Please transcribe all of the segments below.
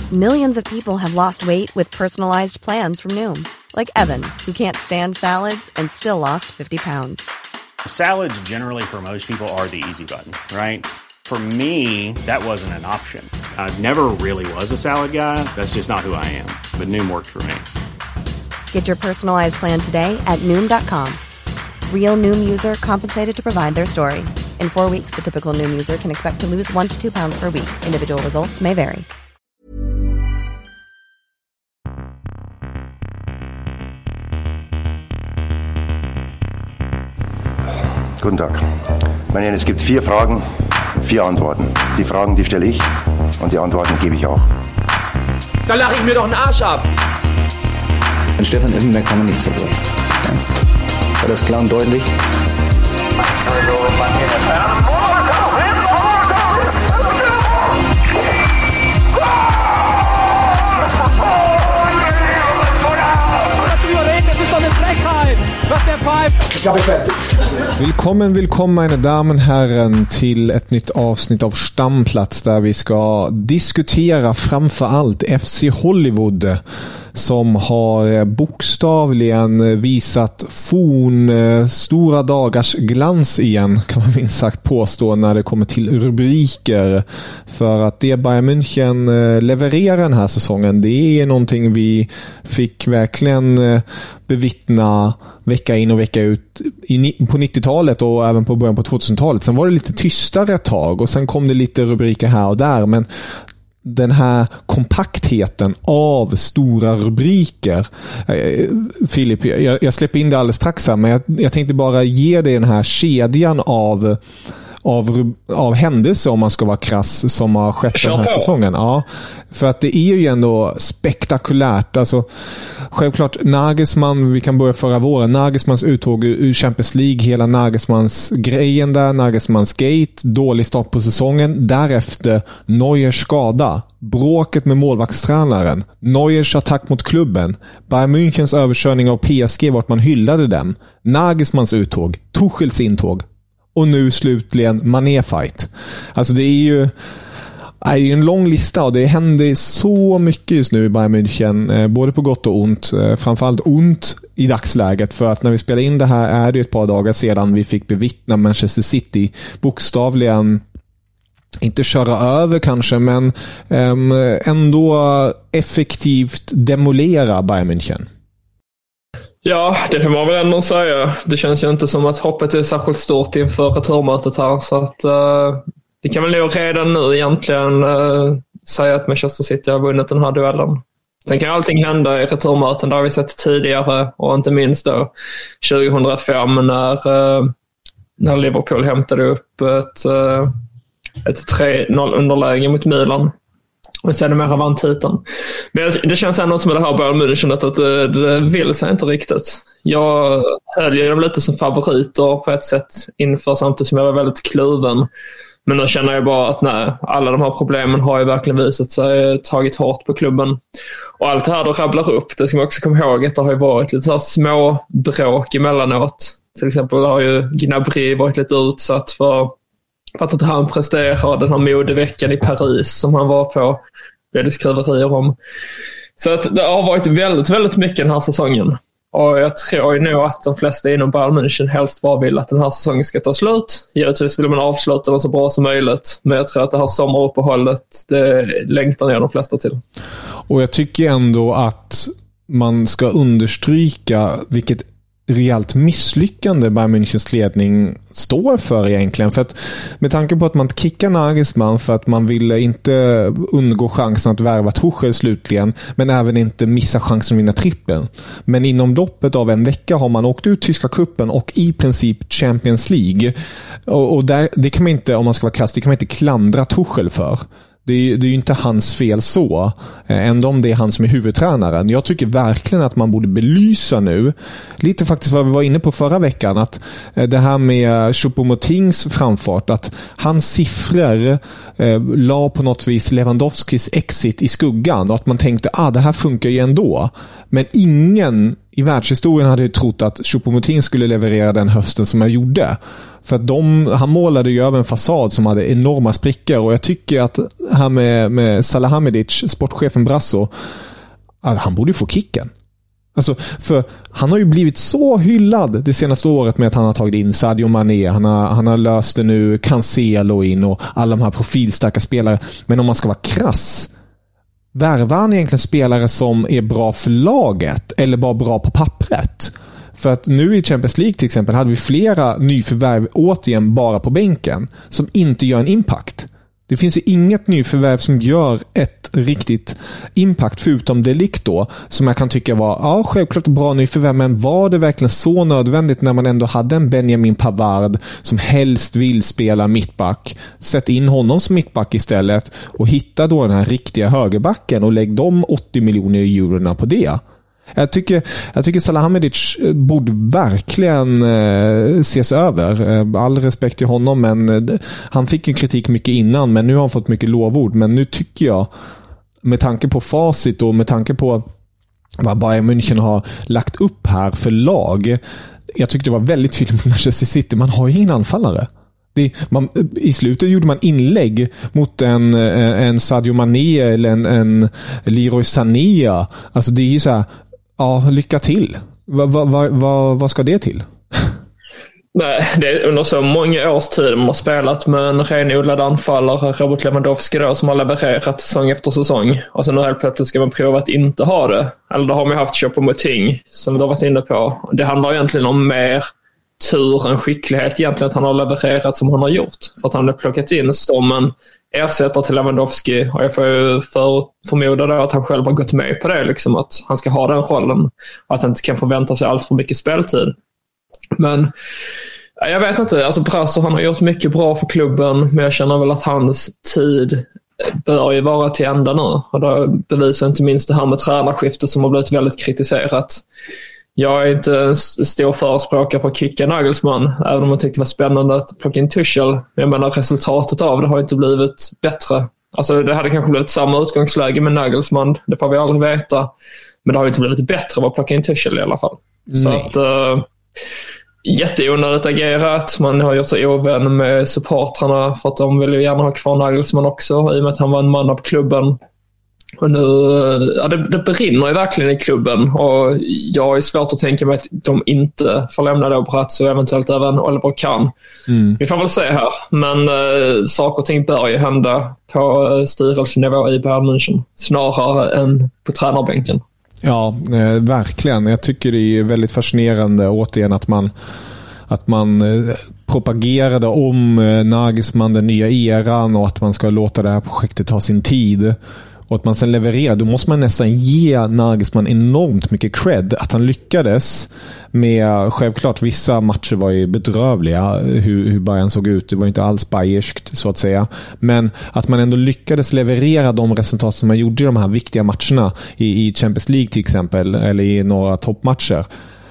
Millions of people have lost weight with personalized plans from Noom. Like Evan, who can't stand salads and still lost 50 pounds. Salads generally for most people are the easy button, right? For me, that wasn't an option. I never really was a salad guy. That's just not who I am. But Noom worked for me. Get your personalized plan today at Noom.com. Real Noom user compensated to provide their story. In 4 weeks, the typical Noom user can expect to lose 1 to 2 pounds per week. Individual results may vary. Guten Tag. Meine Herren, es gibt 4 Fragen, 4 Antworten. Die Fragen, die stelle ich und die Antworten gebe ich auch. Da lache ich mir doch einen Arsch ab. An Stefan Effenberg kann man nicht zerbrechen. Ja. War das klar und deutlich? Das ist doch eine Frechheit, was der pfeift. Ich habe fertig. Willkommen meine damen och herren till ett nytt avsnitt av Stamplats där vi ska diskutera framför allt FC Hollywood som har bokstavligen visat stora dagars glans igen, kan man minst sagt påstå, när det kommer till rubriker. För att det Bayern München levererar den här säsongen, det är någonting vi fick verkligen bevittna vecka in och vecka ut på 90-talet och även på början på 2000-talet. Sen var det lite tystare ett tag och sen kom det lite rubriker här och där, men den här kompaktheten av stora rubriker. Filip, jag släpper in det alldeles strax här, men jag tänkte bara ge dig den här kedjan av händelser, om man ska vara krass, som har skett den här säsongen. Ja, för att det är ju ändå spektakulärt. Alltså, självklart Nagelsmann, vi kan börja förra våren, Nagelsmanns uttåg ur Champions League, hela Nagelsmanns grejen där, Nagelsmanns gate, dålig start på säsongen, därefter Neuers skada, bråket med målvaktstränaren, Neuers attack mot klubben, Bayern Münchens överkörning av PSG vart man hyllade dem, Nagelsmanns uttåg, Tuchels intåg och nu slutligen Mané-fight. Alltså det är ju en lång lista och det händer så mycket just nu i Bayern München, både på gott och ont. Framförallt ont i dagsläget, för att när vi spelar in det här är det ett par dagar sedan vi fick bevittna Manchester City bokstavligen, inte köra över kanske, men ändå effektivt demolera Bayern München. Ja, det får man väl ändå säga. Det känns ju inte som att hoppet är särskilt stort inför returmötet här. Så att det kan väl nog redan nu egentligen säga att Manchester City har vunnit den här duellen. Sen kan allting hända i returmöten. Det har vi sett tidigare, och inte minst då 2005 när Liverpool hämtade upp ett 3-0 underläge mot Milan. Och sen är det mer vann titeln. Men det känns ändå som att det här Bayern München att det vill sig inte riktigt. Jag höll ju dem lite som favoriter på ett sätt inför, samtidigt som jag var väldigt kluven. Men då känner jag bara att nej, alla de här problemen har ju verkligen visat sig tagit hårt på klubben. Och allt det här då rabblar upp. Det ska man också komma ihåg att det har ju varit lite så här små bråk emellanåt. Till exempel har ju Gnabry varit lite utsatt för att inte han presterar den här modeveckan i Paris som han var på. Det är det skriverier om. Så att det har varit väldigt, väldigt mycket den här säsongen. Och jag tror ju nog att de flesta inom Bayern München helst bara vill att den här säsongen ska ta slut. Givetvis vill man avsluta den så bra som möjligt. Men jag tror att det här sommaruppehållet, det längtar ner de flesta till. Och jag tycker ändå att man ska understryka vilket rejält misslyckande Bayern Münchens ledning står för egentligen. För att med tanke på att man kickar Nagelsmann för att man ville inte undgå chansen att värva Tuchel slutligen, men även inte missa chansen att vinna trippeln. Men inom loppet av en vecka har man åkt ut tyska kuppen och i princip Champions League. Och där, det kan man inte, om man ska vara krass, det kan man inte klandra Tuchel för. Det är ju inte hans fel så, ändå om det är han som är huvudtränaren. Jag tycker verkligen att man borde belysa nu, lite faktiskt vad vi var inne på förra veckan, att det här med Choupo-Motings framfart, att hans siffror la på något vis Lewandowskis exit i skuggan, och att man tänkte, det här funkar ju ändå. Men ingen i världshistorien hade jag trott att Choupo-Moting skulle leverera den hösten som jag gjorde. För att han målade ju över en fasad som hade enorma sprickor. Och jag tycker att här med Salahamidzic, sportchefen Brasso, att han borde få kicken. Alltså, för han har ju blivit så hyllad det senaste året med att han har tagit in Sadio Mané. Han har löst det nu, Cancelo in och alla de här profilstarka spelare. Men om man ska vara krass, värvar han egentligen spelare som är bra för laget eller bara bra på pappret? För att nu i Champions League till exempel hade vi flera nyförvärv återigen bara på bänken som inte gör en impact. Det finns ju inget nyförvärv som gör ett riktigt impact förutom De Ligt då, som jag kan tycka var självklart bra nyförvärv, men var det verkligen så nödvändigt när man ändå hade en Benjamin Pavard som helst vill spela mittback? Sätt in honom som mittback istället och hitta då den här riktiga högerbacken och lägg de 80 miljoner eurona på det. Jag tycker Salahamidzic borde verkligen ses över. All respekt till honom, men han fick ju kritik mycket innan, men nu har han fått mycket lovord. Men nu tycker jag, med tanke på facit och med tanke på vad Bayern München har lagt upp här för lag, jag tyckte det var väldigt tydligt med Manchester City. Man har ju ingen anfallare. I slutet gjorde man inlägg mot en Sadio Mané eller en Leroy Sané. Alltså det är ju så här, lycka till. Vad ska det till? Nej, det är under så många års tid man har spelat med en renodlad anfallare, Robert Lewandowski då, som har levererat säsong efter säsong. Och sen nu helt plötsligt ska man prova att inte ha det. Eller då har man haft Choupo-Moting som vi har varit inne på. Det handlar egentligen om mer tur än skicklighet egentligen, att han har levererat som han har gjort. För att han har plockat in som en ersättare till Lewandowski, och jag får ju förmoda då att han själv har gått med på det, liksom, att han ska ha den rollen och att han inte kan förvänta sig allt för mycket speltid. Men jag vet inte, alltså Brasso, han har gjort mycket bra för klubben, men jag känner väl att hans tid bör ju vara till ända nu, och då bevisar inte minst det här med tränarskiftet som har blivit väldigt kritiserat. Jag är inte en stor förespråkare för att kicka Nagelsmann, även om jag tyckte det var spännande att plocka in Tuchel. Jag menar, resultatet av det har inte blivit bättre. Alltså det hade kanske blivit samma utgångsläge med Nagelsmann, det får vi aldrig veta. Men det har inte blivit bättre av att plocka in Tuchel i alla fall. Nej. Så att jätteonödigt agerat. Man har gjort sig ovän med supportrarna för att de vill ju gärna ha kvar Nagelsmann också, i och med att han var en man av klubben. Och nu, det brinner ju verkligen i klubben, och jag är svårt att tänka mig att de inte får lämna då Bratz och eventuellt även Oliver Kahn. Vi får väl se här, men saker och ting bör ju hända på styrelsenivå i Bayern München snarare än på tränarbänken. Ja, verkligen. Jag tycker det är väldigt fascinerande återigen att man propagerade om Nagelsmann, den nya eran, och att man ska låta det här projektet ta sin tid. Och att man sen levererar, då måste man nästan ge Nagelsmann enormt mycket cred att han lyckades med, självklart vissa matcher var ju bedrövliga hur Bayern såg ut, det var inte alls bayerskt så att säga, men att man ändå lyckades leverera de resultat som man gjorde i de här viktiga matcherna i Champions League till exempel, eller i några toppmatcher.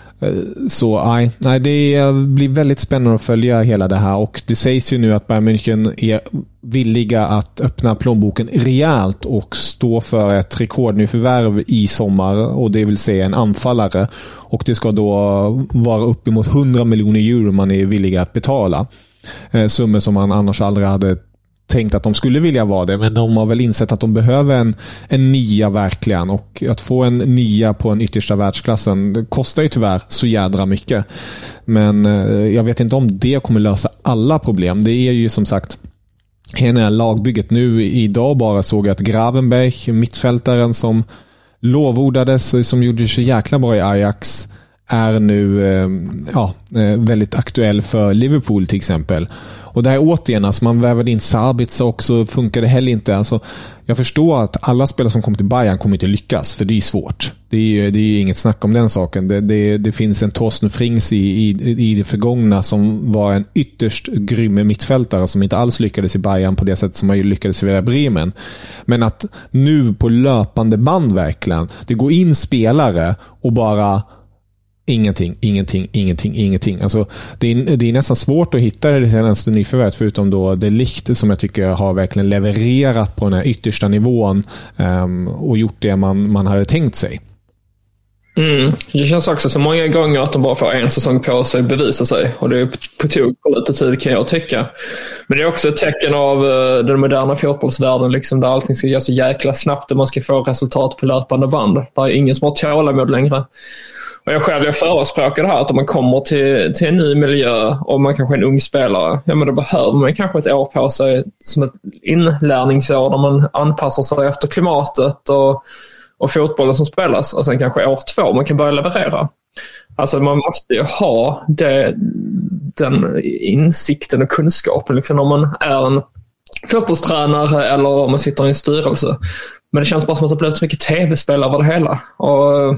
Så nej, det blir väldigt spännande att följa hela det här, och det sägs ju nu att Bayern München är villiga att öppna plånboken rejält och stå för ett rekordnyförvärv i sommar, och det vill säga en anfallare, och det ska då vara uppemot 100 miljoner euro man är villiga att betala, summor som man annars aldrig hade tänkt att de skulle vilja vara det, men de har väl insett att de behöver en nia verkligen, och att få en nia på en yttersta världsklassen, det kostar ju tyvärr så jädra mycket, men jag vet inte om det kommer lösa alla problem. Det är ju som sagt hela lagbygget nu. Idag bara såg jag att Gravenberch, mittfältaren som lovordades, som gjorde sig jäkla bra i Ajax, är nu väldigt aktuell för Liverpool till exempel. Och där återigen, alltså man vävade in Sabitzer också, funkar det heller inte. Alltså, jag förstår att alla spelare som kommer till Bayern kommer inte lyckas, för det är svårt. Det är inget snack om den saken. Det finns en Thorsten Frings i det förgångna som var en ytterst grym mittfältare som inte alls lyckades i Bayern på det sätt som man lyckades i Bremen. Men att nu på löpande band verkligen, det går in spelare och bara Ingenting. Alltså, det är nästan svårt att hitta det senaste nyförvärvet, förutom då De Ligt som jag tycker har verkligen levererat på den här yttersta nivån och gjort det man hade tänkt sig. Det känns också så många gånger att de bara får en säsong på sig att bevisa sig. Och det är på tog på lite tid, kan jag tycka. Men det är också ett tecken av den moderna fotbollsvärlden liksom, där allting ska gå så jäkla snabbt och man ska få resultat på löpande band. Det är ingen som har tålamod längre. Och jag förespråkar det här att om man kommer till en ny miljö och man kanske är en ung spelare, ja, men då behöver man kanske ett år på sig som ett inlärningsår där man anpassar sig efter klimatet och fotbollen som spelas, och sen kanske år 2 man kan börja leverera. Alltså man måste ju ha den insikten och kunskapen liksom, om man är en fotbollstränare eller om man sitter i en styrelse. Men det känns bara som att det blivit så mycket tv-spel över det hela. Och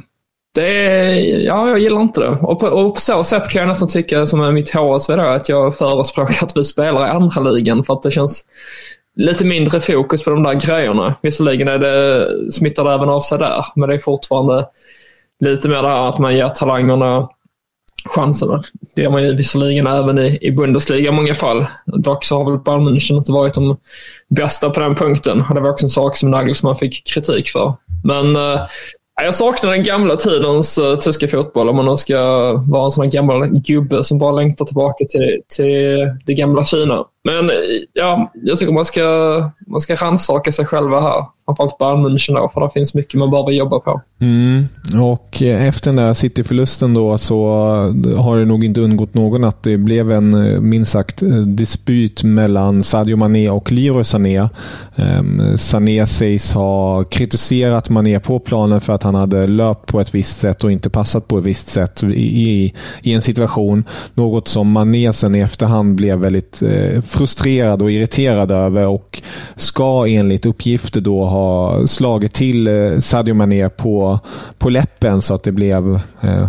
jag gillar inte det. Och på så sätt kan jag nästan tycka som är mitt HSV då, att jag förespråkar att vi spelar i andra ligan, för att det känns lite mindre fokus på de där grejerna. Visserligen är det smittar även av sig där, men det är fortfarande lite mer där att man ger talangerna chanserna. Det gör man ju visserligen även i Bundesliga i många fall. Dock så har väl Bayern München inte varit de bästa på den punkten. Det var också en sak som Nagelsmann fick kritik för. Men jag saknar den gamla tidens tyska fotboll, om man nu ska vara en sån här gammal gubbe som bara längtar tillbaka till det gamla fina. Men ja, jag tycker man ska rannsaka sig själva här. Framförallt Bayern München då, för det finns mycket man behöver jobba på. Och efter den där City-förlusten då så har det nog inte undgått någon att det blev en minst sagt dispyt mellan Sadio Mané och Leroy Sané. Sané sägs ha kritiserat Mané på planen för att han hade löpt på ett visst sätt och inte passat på ett visst sätt i en situation. Något som Mané sen i efterhand blev väldigt frustrerad och irriterad över, och ska enligt uppgifter då ha slagit till Sadio Mané på läppen så att det blev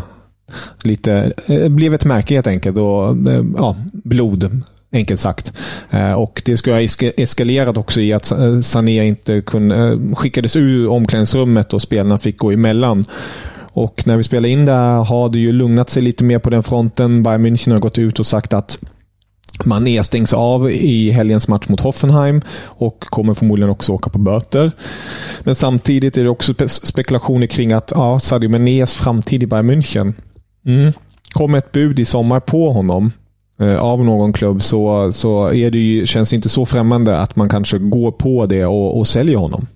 blev ett märke helt enkelt, och blod enkelt sagt. Och det ska ha eskalerat också i att Sané inte skickades ur omklädningsrummet och spelarna fick gå emellan. Och när vi spelar in där har det ju lugnat sig lite mer på den fronten. Bayern München har gått ut och sagt att Mané stängs av i helgens match mot Hoffenheim och kommer förmodligen också åka på böter. Men samtidigt är det också spekulationer kring att Sadio Manés framtid i Bayern München. Kommer ett bud i sommar på honom av någon klubb, så är det ju, känns inte så främmande att man kanske går på det och säljer honom.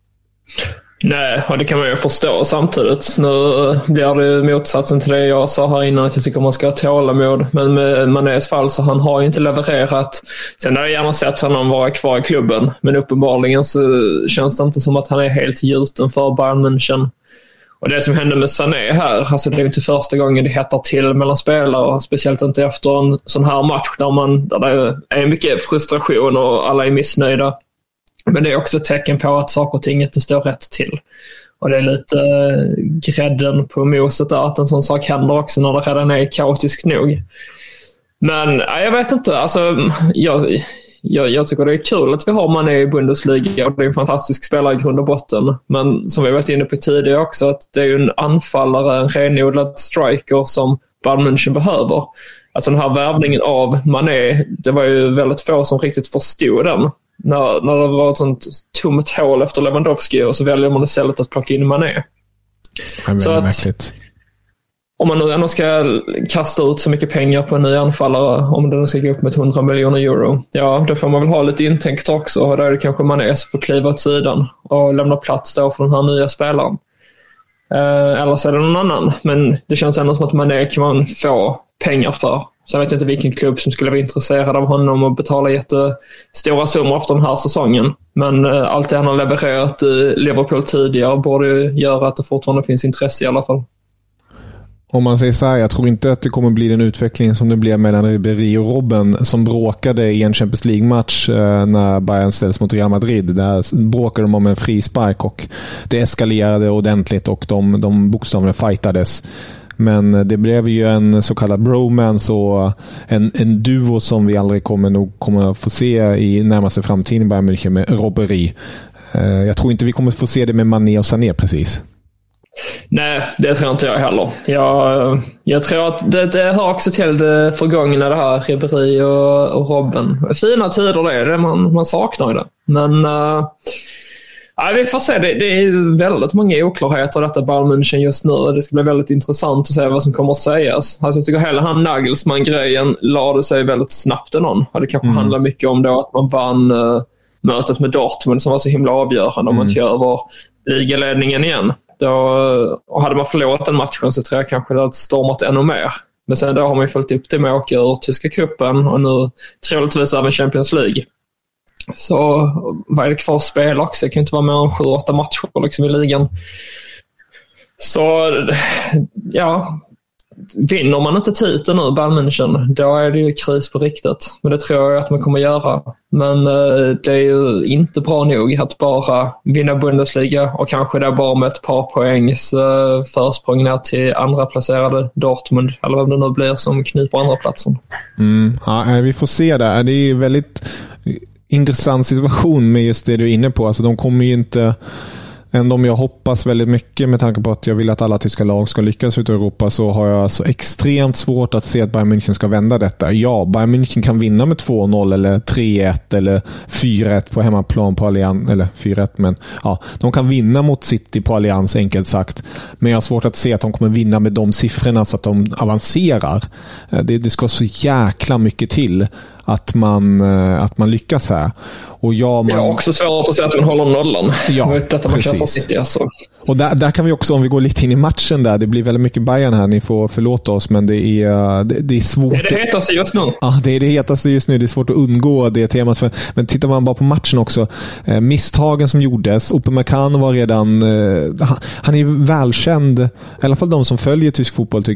Nej, och det kan man ju förstå samtidigt. Nu blir det motsatsen till det jag sa här innan, att jag tycker man ska ha tålamod. Men med Manés fall så han har ju inte levererat. Sen har jag gärna sett honom vara kvar i klubben, men uppenbarligen så känns det inte som att han är helt gjuten för Bayern München. Och det som hände med Sané här, alltså det är inte första gången det hettar till mellan spelare, speciellt inte efter en sån här match där det är mycket frustration och alla är missnöjda. Men det är också ett tecken på att saker och ting inte står rätt till. Och det är lite grädden på moset där, att en sån sak händer också när det redan är kaotiskt nog. Men jag vet inte, alltså jag tycker det är kul att vi har Mané i Bundesliga, och det är en fantastisk spelare i grund och botten. Men som vi varit inne på tidigare också, att det är ju en anfallare, en renodlad striker som Bayern München behöver. Alltså den här värvningen av Mané, det var ju väldigt få som riktigt förstod den. När det var ett sånt tomt hål efter Lewandowski, och så väljer man istället att plocka in Mané. Så att märkligt. Om man nu ändå ska kasta ut så mycket pengar på en ny anfallare, om den ska gå upp med 100 miljoner euro, ja, då får man väl ha lite intäkt också, och där är det kanske Mané som får kliva åt sidan och lämna plats då för den här nya spelaren. Eller så är det någon annan, men det känns ändå som att Mané kan man få pengar för. Så jag vet inte vilken klubb som skulle vara intresserad av honom och betala jättestora summor efter den här säsongen. Men allt det han har levererat i Liverpool tidigare borde göra att det fortfarande finns intresse i alla fall. Om man säger så här, jag tror inte att det kommer bli den utveckling som det blev mellan Ribéry och Robben, som bråkade i en Champions League-match när Bayern ställs mot Real Madrid. Där bråkade de om en frispark och det eskalerade ordentligt och de bokstavligen fightades. Men det blev ju en så kallad bromance och en duo som vi aldrig kommer att få se i närmaste framtiden i Bayern München med Ribéry. Jag tror inte vi kommer att få se det med Mané och Sané precis. Nej, det tror inte jag heller. Jag tror att det hör också till det förgångna, det här Ribéry och Robben. Fina tider det man saknar det. Men Ja, vi får se. Det är väldigt många oklarheter detta Bayern München just nu. Det ska bli väldigt intressant att se vad som kommer att sägas. Alltså, jag tycker hela han Nagelsmann-grejen lade sig väldigt snabbt någon. Och det kanske handlar mycket om då att man vann mötet med Dortmund som var så himla avgörande om man inte över ligaledningen igen. Då hade man förlorat den matchen så tror jag kanske det hade stormat ännu mer. Men sen då har man ju följt upp det med att åka ur tyska cupen och nu troligtvis även Champions League. Så vad är det kvar att spela också? Det kan inte vara mer än 7-8 matcher liksom i ligan. Så ja, vinner man inte titeln nu, Bayern München, då är det ju kris på riktigt. Men det tror jag att man kommer göra. Men det är ju inte bra nog att bara vinna Bundesliga och kanske där bara med ett par poängs försprång ner till andra placerade Dortmund, eller vem det nu blir som kniper andra platsen. Ja, vi får se där. Det är väldigt intressant situation med just det du är inne på. Alltså de kommer ju inte, ändå om jag hoppas väldigt mycket med tanke på att jag vill att alla tyska lag ska lyckas ut i Europa, så har jag så extremt svårt att se att Bayern München ska vända detta. Ja, Bayern München kan vinna med 2-0 eller 3-1 eller 4-1 på hemmaplan på Allianz, eller 4-1, men ja, de kan vinna mot City på Allianz enkelt sagt. Men jag har svårt att se att de kommer vinna med de siffrorna så att de avancerar. Det ska så jäkla mycket till att man lyckas här. Och jag har också svårt att säga att den håller nollan. Ja, detta man kan City, alltså. Och där kan vi också, om vi går lite in i matchen där, det blir väldigt mycket Bayern här, ni får förlåta oss, men det är svårt. Det är det hetaste just nu. Ja, det är det hetaste just nu. Det är svårt att undgå det temat. Men tittar man bara på matchen också, misstagen som gjordes, Upamecano var redan, han är välkänd, i alla fall de som följer tysk fotboll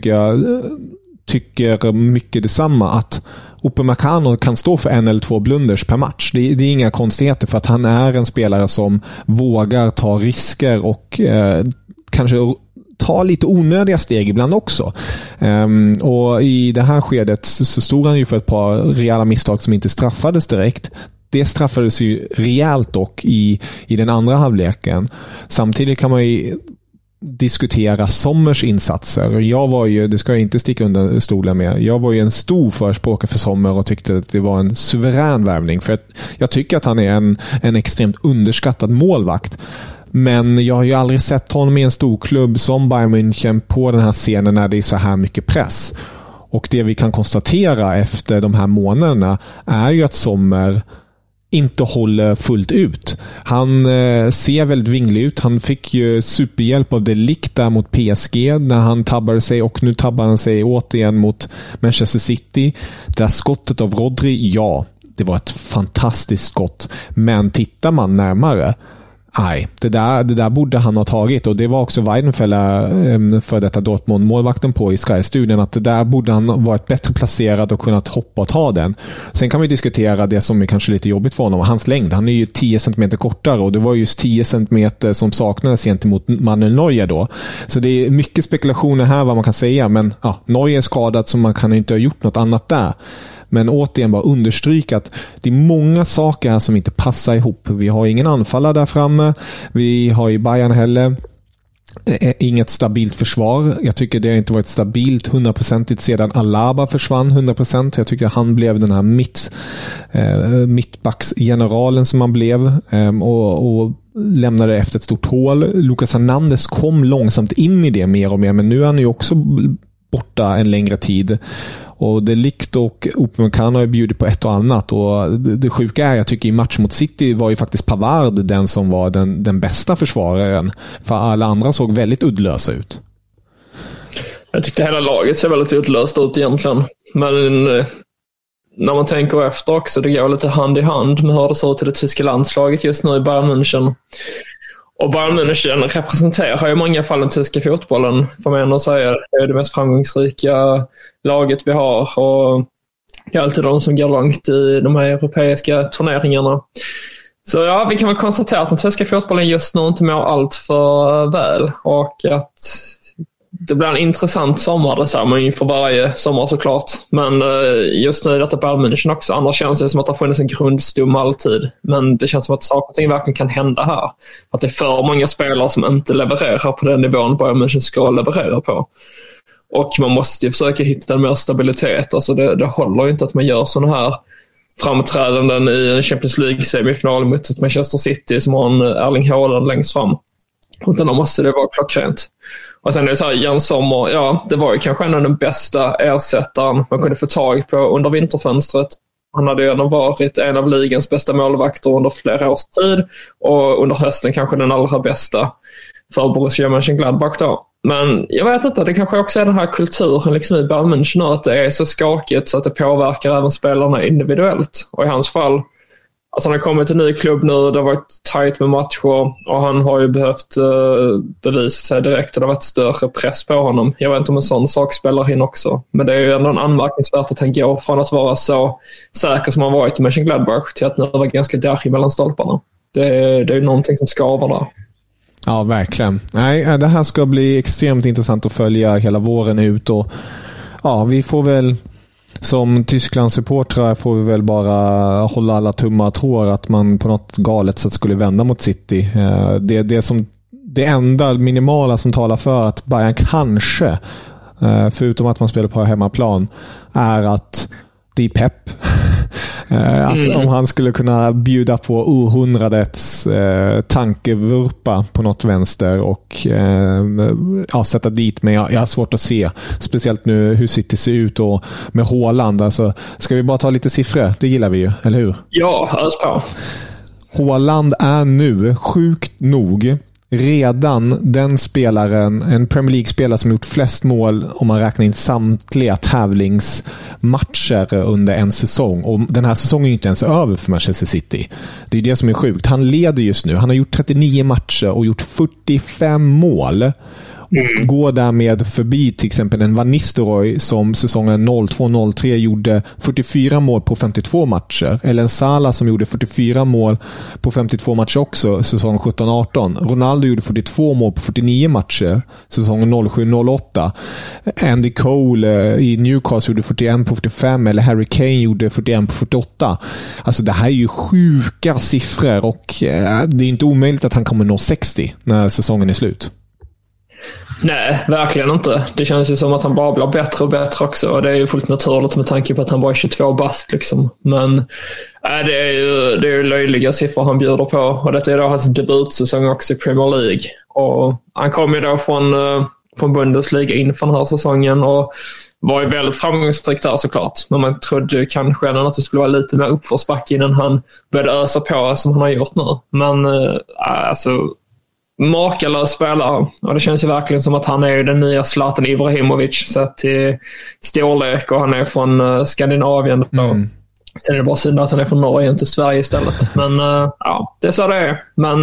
tycker mycket detsamma, att Upamecano kan stå för 1 eller 2 blunders per match. Det är inga konstigheter, för att han är en spelare som vågar ta risker och kanske ta lite onödiga steg ibland också. Och i det här skedet så stod han ju för ett par reella misstag som inte straffades direkt. Det straffades ju rejält dock i den andra halvleken. Samtidigt kan man ju diskutera Sommers insatser. Jag var ju, det ska jag inte sticka under stolen med, jag var ju en stor förespråkare för Sommer och tyckte att det var en suverän värvning, för jag tycker att han är en extremt underskattad målvakt. Men jag har ju aldrig sett honom i en stor klubb som Bayern München på den här scenen när det är så här mycket press. Och det vi kan konstatera efter de här månaderna är ju att Sommer inte håller fullt ut. Han ser väldigt vinglig ut. Han fick ju superhjälp av De Ligt där mot PSG när han tabbade sig, och nu tabbar han sig återigen mot Manchester City. Det där skottet av Rodri, ja, det var ett fantastiskt skott. Men tittar man närmare, nej, det där borde han ha tagit, och det var också Weidenfeller för detta Dortmund-målvakten på i Sky-studien, att det där borde han varit bättre placerad och kunnat hoppa och ta den. Sen kan vi diskutera det som är kanske lite jobbigt för honom, hans längd. Han är ju 10 cm kortare, och det var just 10 cm som saknades gentemot Manuel Neuer då. Så det är mycket spekulationer här vad man kan säga, men ja, Neuer är skadad så man kan inte ha gjort något annat där. Men återigen bara understryka att det är många saker här som inte passar ihop. Vi har ingen anfallare där framme. Vi har i Bayern heller inget stabilt försvar. Jag tycker det har inte varit stabilt 100% sedan Alaba försvann 100%. Jag tycker han blev den här mittbacksgeneralen som han blev, och lämnade efter ett stort hål. Lucas Hernandez kom långsamt in i det mer och mer, men nu är han ju också borta en längre tid. Och De Ligt och Upamecano har bjudit på ett och annat, och det sjuka är, jag tycker i match mot City var ju faktiskt Pavard den som var den bästa försvararen, för alla andra såg väldigt uddlösa ut. Jag tyckte hela laget ser väldigt uddlöst ut egentligen, men när man tänker efter också, det går lite hand i hand med hur det ser ut till det tyska landslaget just nu i Bayern München. Och Bayern München representerar i många fall den tyska fotbollen, får man ändå säga. Det är det mest framgångsrika laget vi har, och det är alltid de som går långt i de här europeiska turneringarna. Så ja, vi kan väl konstatera att den tyska fotbollen just nu inte mår allt för väl, och att det blir en intressant sommar, det säger man ju för varje sommar såklart. Men just nu är detta Bayern München också. Annars känns det som att det har funnits en grundstum alltid. Men det känns som att saker och ting verkligen kan hända här. Att det är för många spelare som inte levererar på den nivån Bayern München ska leverera på. Och man måste ju försöka hitta mer stabilitet. Alltså det håller inte att man gör sådana här framträdanden i en Champions League-semifinal mot ett Manchester City som har en Erling Haaland längst fram. Utan då måste det vara klockrent. Och sen är det så här, Jan Sommer, ja, det var ju kanske en av den bästa ersättaren man kunde få tag på under vinterfönstret. Han hade ju ändå varit en av ligans bästa målvakter under flera års tid och under hösten kanske den allra bästa för Borussia Mönchengladbach då. Men jag vet inte, det kanske också är den här kulturen liksom i Bayern München att det är så skakigt så att det påverkar även spelarna individuellt. Och i hans fall, alltså han har kommit till en ny klubb nu, det har varit tajt med matcher och han har ju behövt bevisa sig direkt och det har varit större press på honom. Jag vet inte om en sån sak spelar in också. Men det är ju ändå anmärkningsvärt att han går från att vara så säker som han varit i Mönchengladbach till att nu vara ganska darrig mellan stolparna. Det är ju någonting som skavar där. Ja, verkligen. Nej, det här ska bli extremt intressant att följa hela våren ut och ja, vi får väl som Tysklandssupportrar får vi väl bara hålla alla tummar och tår att man på något galet sätt skulle vända mot City. Det enda minimala som talar för att Bayern kanske, förutom att man spelar på hemmaplan, är att det är pepp. Om han skulle kunna bjuda på århundradets tankevurpa på något vänster och sätta dit, men jag har svårt att se, speciellt nu hur City ser ut och med Haaland. Alltså, ska vi bara ta lite siffror? Det gillar vi ju, eller hur? Ja, hörs på. Haaland är nu sjukt nog redan den spelaren, en Premier League-spelare som gjort flest mål om man räknar in samtliga tävlingsmatcher under en säsong. Och den här säsongen är inte ens över för Manchester City. Det är det som är sjukt. Han leder just nu. Han har gjort 39 matcher och gjort 45 mål. Och går därmed förbi till exempel en Van Nistelrooy som säsongen 02-03 gjorde 44 mål på 52 matcher. Eller en Salah som gjorde 44 mål på 52 matcher också säsongen 17-18. Ronaldo gjorde 42 mål på 49 matcher säsongen 07-08. Andy Cole i Newcastle gjorde 41 på 45, eller Harry Kane gjorde 41 på 48. Alltså det här är ju sjuka siffror och det är inte omöjligt att han kommer nå 60 när säsongen är slut. Nej, verkligen inte. Det känns ju som att han bara blir bättre och bättre också. Och det är ju fullt naturligt med tanke på att han bara är 22 bast liksom. Men det är ju löjliga siffror han bjuder på. Och detta är då hans debutsäsong också i Premier League. Och han kom ju då från Bundesliga inför den här säsongen och var ju väldigt framgångsrik där såklart. Men man trodde kanske att det skulle vara lite mer uppförsbacke innan han började ösa på som han har gjort nu. Men alltså makalös spelare. Och det känns ju verkligen som att han är den nya Zlatan Ibrahimovic sett till storlek och han är från Skandinavien. Sen är det bara synd att han är från Norge, inte Sverige istället. Men ja, det är så det är. Men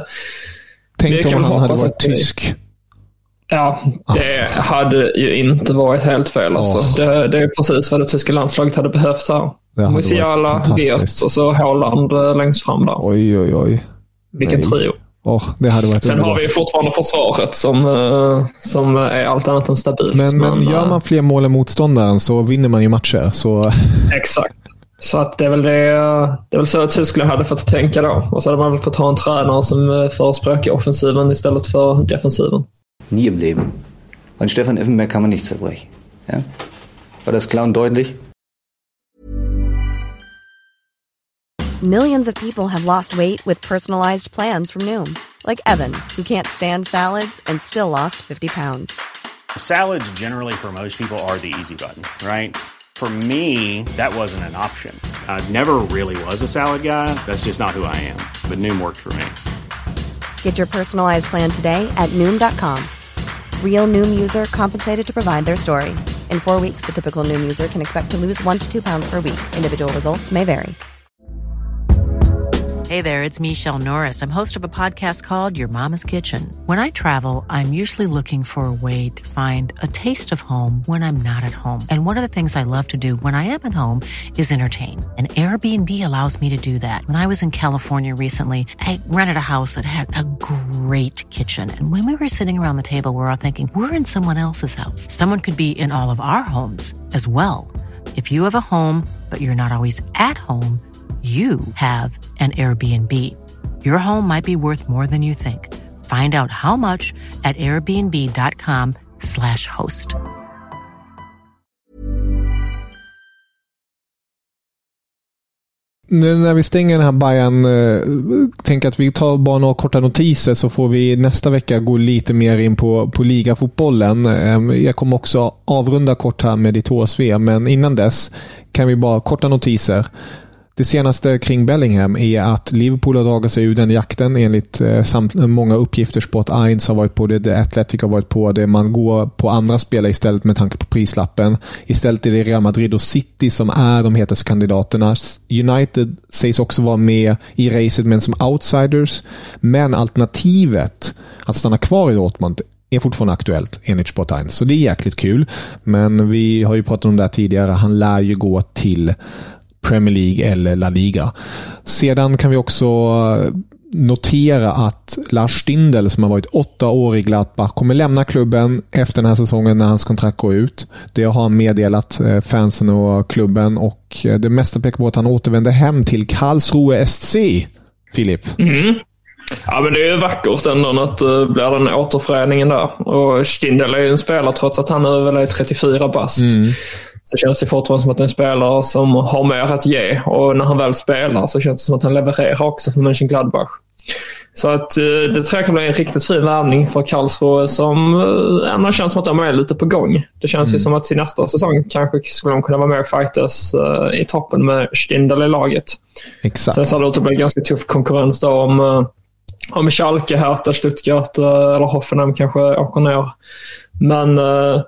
tänk om han hade varit tysk. Ja, det hade ju inte varit helt fel. Alltså. Det är precis vad det tyska landslaget hade behövt här. Musiala, Wirtz och så Haaland längst fram där. Oj. Vilken trio. Det hade varit. Sen har vi fortfarande försvaret som är allt annat än stabilt. Men gör man fler mål än motståndaren så vinner man ju matcher. Så. Exakt. Så att det är väl så att Tyskland hade fått tänka då. Och så hade man väl fått ha en tränare som förespråkar offensiven istället för defensiven. Nie im Leben. An Stefan Effenberg kann man nicht zerbrechen. Ja? War das klar und deutlich? Millions of people have lost weight with personalized plans from Noom. Like Evan, who can't stand salads and still lost 50 pounds. Salads generally for most people are the easy button, right? For me, that wasn't an option. I never really was a salad guy. That's just not who I am. But Noom worked for me. Get your personalized plan today at Noom.com. Real Noom user compensated to provide their story. In 4 weeks, the typical Noom user can expect to lose 1 to 2 pounds per week. Individual results may vary. Hey there, it's Michelle Norris. I'm host of a podcast called Your Mama's Kitchen. When I travel, I'm usually looking for a way to find a taste of home when I'm not at home. And one of the things I love to do when I am at home is entertain. And Airbnb allows me to do that. When I was in California recently, I rented a house that had a great kitchen. And when we were sitting around the table, we were all thinking, we're in someone else's house. Someone could be in all of our homes as well. If you have a home, but you're not always at home, you have an Airbnb. Your home might be worth more than you think. Find out how much at airbnb.com/host. Nu när vi stänger den här Bayern, tänker att vi tar bara några korta notiser, så får vi nästa vecka gå lite mer in på ligafotbollen. Jag kommer också avrunda kort här med ditt HSV, men innan dess kan vi bara korta notiser. Det senaste kring Bellingham är att Liverpool har dragit sig ur den jakten enligt många uppgifter. Sport 1 har varit på det, The Athletic har varit på det. Man går på andra spelare istället med tanke på prislappen. Istället är det Real Madrid och City som är de hetaste kandidaterna. United sägs också vara med i racet, men som outsiders. Men alternativet att stanna kvar i Dortmund är fortfarande aktuellt enligt Sport 1. Så det är jäkligt kul. Men vi har ju pratat om det här tidigare. Han lär ju gå till Premier League eller La Liga. Sedan kan vi också notera att Lars Stindl, som har varit 8 år i Gladbach, kommer lämna klubben efter den här säsongen när hans kontrakt går ut. Det har han meddelat fansen och klubben, och det mesta pekar på att han återvänder hem till Karlsruhe SC. Filip? Mm. Ja, men det är ju vackert ändå att det blir den återföreningen där. Och Stindl är ju en spelare, trots att han är väl 34 bast. Så känns det fortfarande som att det är en spelare som har mer att ge. Och när han väl spelar så känns det som att han levererar också för Mönchengladbach. Så att det tror jag kan bli en riktigt fin värvning för Karlsruhe, som ändå känns som att de är lite på gång. Det känns ju som att till nästa säsong kanske skulle de kunna vara med och fightas i toppen med Stindl i laget. Exakt. Sen så har det att bli ganska tuff konkurrens då om Schalke, Hertha, Stuttgart eller Hoffenheim kanske åker ner. Men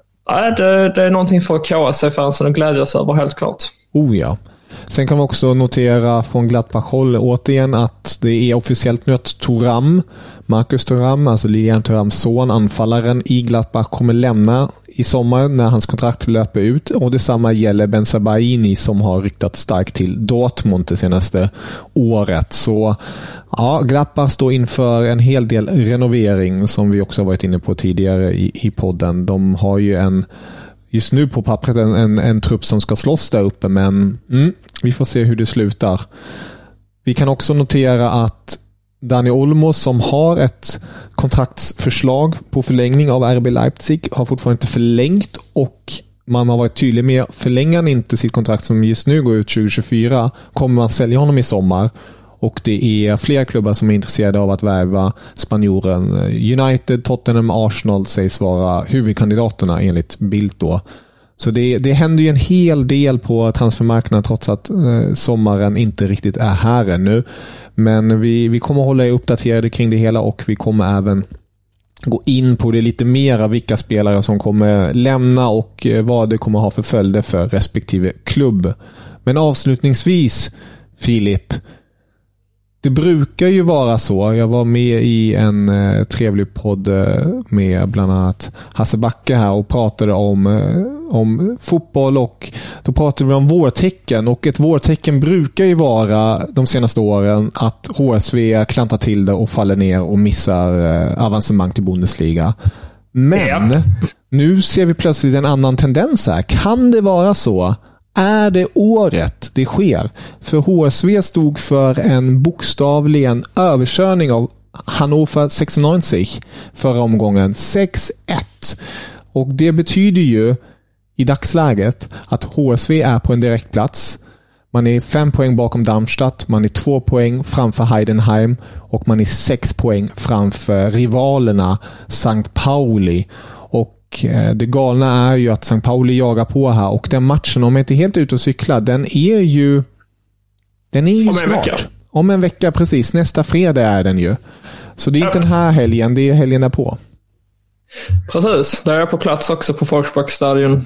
det är någonting för KSC-fansen att glädjas över, helt klart. Oh ja. Sen kan vi också notera från Gladbach-håll återigen att det är officiellt nu att Marcus Thuram, alltså Lilian Thurams son, anfallaren i Gladbach, kommer lämna i sommar när hans kontrakt löper ut. Och detsamma gäller Ben Sebaini, som har ryktat starkt till Dortmund det senaste året. Så ja, Gladbach står inför en hel del renovering, som vi också har varit inne på tidigare i podden. De har ju just nu på pappret en trupp som ska slåss där uppe, men vi får se hur det slutar. Vi kan också notera att Dani Olmo, som har ett kontraktsförslag på förlängning av RB Leipzig, har fortfarande inte förlängt, och man har varit tydlig med att förlänger han inte sitt kontrakt som just nu går ut 2024, kommer man sälja honom i sommar. Och det är flera klubbar som är intresserade av att värva spanjoren. United, Tottenham, Arsenal sägs vara huvudkandidaterna enligt Bild då. Så det händer ju en hel del på transfermarknaden, trots att sommaren inte riktigt är här ännu. Men vi kommer hålla er uppdaterade kring det hela, och vi kommer även gå in på det lite mer, vilka spelare som kommer lämna och vad det kommer ha för följder för respektive klubb. Men avslutningsvis, Filip, det brukar ju vara så. Jag var med i en trevlig podd med bland annat Hasse Backe här och pratade om fotboll, och då pratade vi om vårtecken, och ett vårtecken brukar ju vara de senaste åren att HSV klantar till det och faller ner och missar avancemang till Bundesliga. Men nu ser vi plötsligt en annan tendens här. Kan det vara så? Är det året det sker? För HSV stod för en bokstavligen överkörning av Hannover 96 förra omgången, 6-1. Och det betyder ju i dagsläget att HSV är på en direktplats. Man är 5 poäng bakom Darmstadt, man är 2 poäng framför Heidenheim, och man är 6 poäng framför rivalerna St. Pauli. Och det galna är ju att St. Pauli jagar på här, och den matchen, om jag inte är helt ute och cyklar, den är ju snart. Om en vecka, precis. Nästa fredag är den ju. Så det är inte den här helgen, det är helgen därpå. Precis, där är jag på plats också på Volksparkstadion.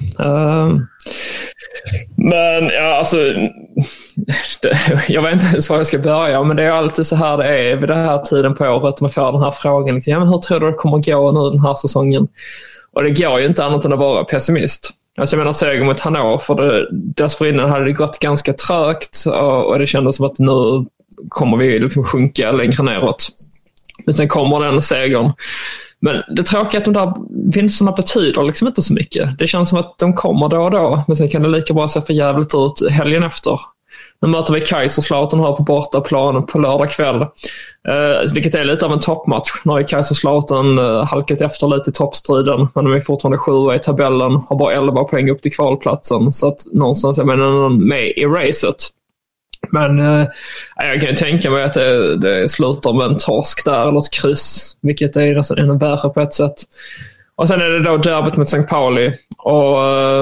Men ja, alltså jag vet inte ens var jag ska börja, men det är alltid så här det är vid den här tiden på året man får den här frågan. Ja, men hur tror du det kommer gå nu den här säsongen? Och det går ju inte annat än att vara pessimist. Alltså jag menar, seger mot Hannover, för dessförinnan hade det gått ganska trögt, och det kändes som att nu kommer vi liksom sjunka längre neråt. Men sen kommer den segern. Men det tråkiga är att de där vinsterna betyder liksom inte så mycket. Det känns som att de kommer då och då, men sen kan det lika bra se för jävligt ut helgen efter. Nu möter vi Kaiserslautern här på bortaplan på lördag kväll. Vilket är lite av en toppmatch. Nu har Kaiserslautern halkat efter lite i toppstriden, men de är fortfarande 7 i tabellen, har bara 11 poäng upp till kvalplatsen. Så att någonstans är man med i racet. Men jag kan ju tänka mig att det slutar med en torsk där eller ett kryss, vilket är nästan ännu värre på ett sätt. Och sen är det då derbyt mot St. Pauli. Och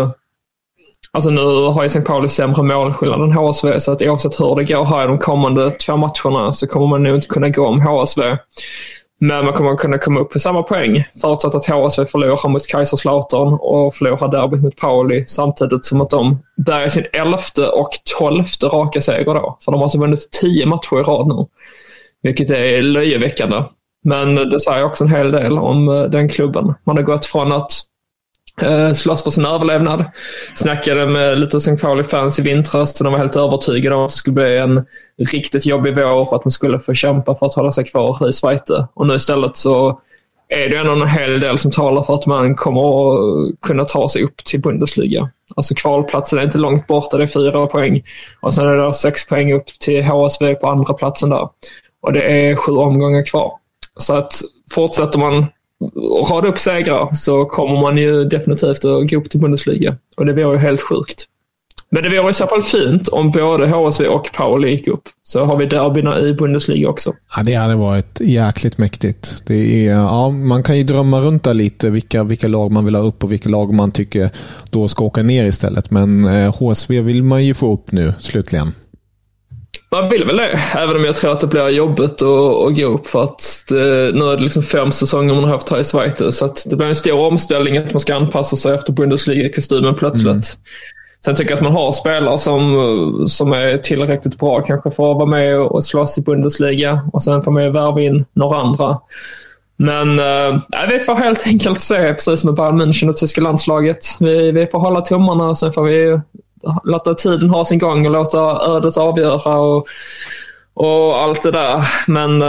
alltså nu har ju St. Pauli sämre målskillnad än HSV, så att oavsett hur det går här i de kommande 2 matcherna så kommer man nog inte kunna gå om HSV. Men man kommer kunna komma upp på samma poäng förutsatt att HSV förlorar mot Kaiserslautern och förlorar derbyt mot Pauli samtidigt som att de bärgar sin 11:e och 12:e raka seger då. För de har alltså vunnit 10 matcher i rad nu, vilket är löjeväckande. Men det säger också en hel del om den klubben. Man har gått från att slåss för sin överlevnad. Snackade med lite St. Pauli-fans i vintras så de var helt övertygade om att det skulle bli en riktigt jobbig vår och att man skulle få kämpa för att hålla sig kvar i Schweiz. Och nu istället så är det ändå en hel del som talar för att man kommer att kunna ta sig upp till Bundesliga. Alltså kvalplatsen är inte långt borta, det är 4 poäng. Och sen är det 6 poäng upp till HSV på andra platsen där. Och det är 7 omgångar kvar. Så att fortsätter man rada upp segrar så kommer man ju definitivt att gå upp till Bundesliga. Och det vore ju helt sjukt. Men det vore i så fall fint om både HSV och Pauli gick upp. Så har vi derbyna i Bundesliga också. Ja, det hade varit jäkligt mäktigt. Det är, ja, man kan ju drömma runt där lite vilka lag man vill ha upp och vilka lag man tycker då ska åka ner istället. Men HSV vill man ju få upp nu slutligen. Man vill väl det, även om jag tror att det blir jobbigt att gå upp för att nu är det liksom 5 säsonger man har haft här i Schweiz, så att det blir en stor omställning att man ska anpassa sig efter Bundesliga-kostymen plötsligt. Sen tycker jag att man har spelare som är tillräckligt bra kanske för att vara med och slåss i Bundesliga och sen får man ju värva in några andra. Men vi får helt enkelt se, precis med Bayern München och tyska landslaget. Vi får hålla tummarna och sen får vi låta tiden ha sin gång och låta ödet avgöra och allt det där. Men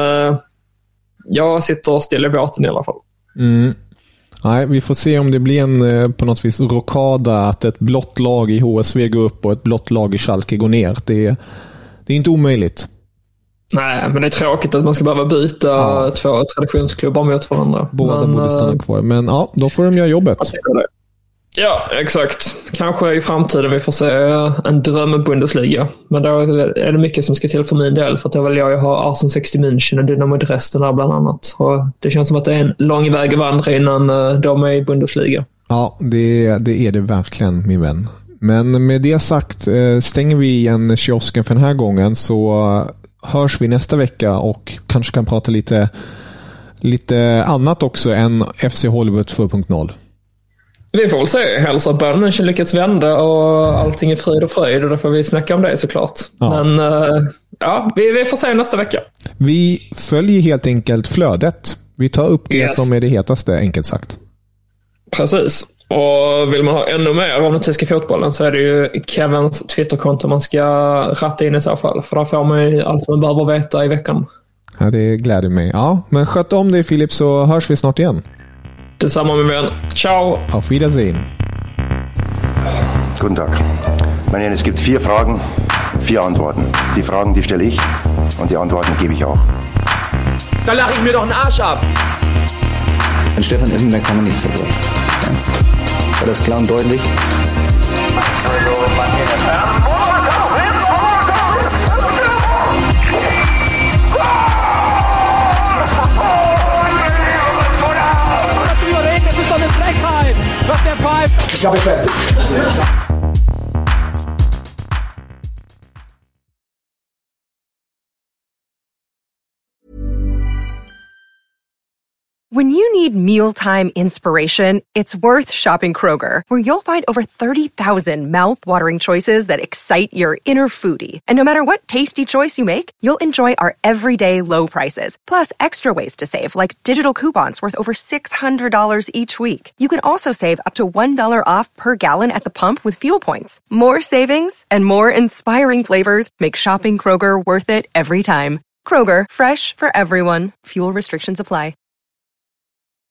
jag sitter still i båten i alla fall. Nej, vi får se om det blir en på något vis rokada att ett blått lag i HSV går upp och ett blått lag i Schalke går ner. Det är inte omöjligt. Nej, men det är tråkigt att man ska behöva byta 2 traditionsklubbar mot varandra. Båda borde stanna kvar. Men ja, då får de göra jobbet. Ja, exakt. Kanske i framtiden vi får se en dröm-Bundesliga. Men då är det mycket som ska till för min del. För att då vill jag ha Arsenal 60 München och Dynamo Dresden där bland annat. Och det känns som att det är en lång väg att vandra innan de är i Bundesliga. Ja, det är det verkligen, min vän. Men med det sagt stänger vi igen kiosken för den här gången, så hörs vi nästa vecka och kanske kan prata lite annat också än FC Hollywood 2.0. Vi får väl se. Hälsa Bayern München lyckats vända och allting är frid och fröjd och då får vi snacka om det såklart. Ja. Men vi får se nästa vecka. Vi följer helt enkelt flödet. Vi tar upp det som är det hetaste, enkelt sagt. Precis. Och vill man ha ännu mer om den tyska fotbollen så är det ju Kevins Twitterkonto man ska ratta in i så fall. För då får man ju allt man behöver veta i veckan. Ja, det gläder mig. Ja, men sköt om dig Filip, så hörs vi snart igen. Detsamma med vän. Ciao. Auf Wiedersehen. Guten Tag. Meine, es gibt 4 Fragen, 4 Antworten. Die Fragen, die stelle ich und die Antworten gebe ich auch. Da lache ich mir doch einen Arsch ab. An Stefan Effenberg kann man nicht zerbrechen. Ja. War das klar und deutlich? Was der pfeift. Ich habe fertig. When you need mealtime inspiration, it's worth shopping Kroger, where you'll find over 30,000 mouth-watering choices that excite your inner foodie. And no matter what tasty choice you make, you'll enjoy our everyday low prices, plus extra ways to save, like digital coupons worth over $600 each week. You can also save up to $1 off per gallon at the pump with fuel points. More savings and more inspiring flavors make shopping Kroger worth it every time. Kroger, fresh for everyone. Fuel restrictions apply.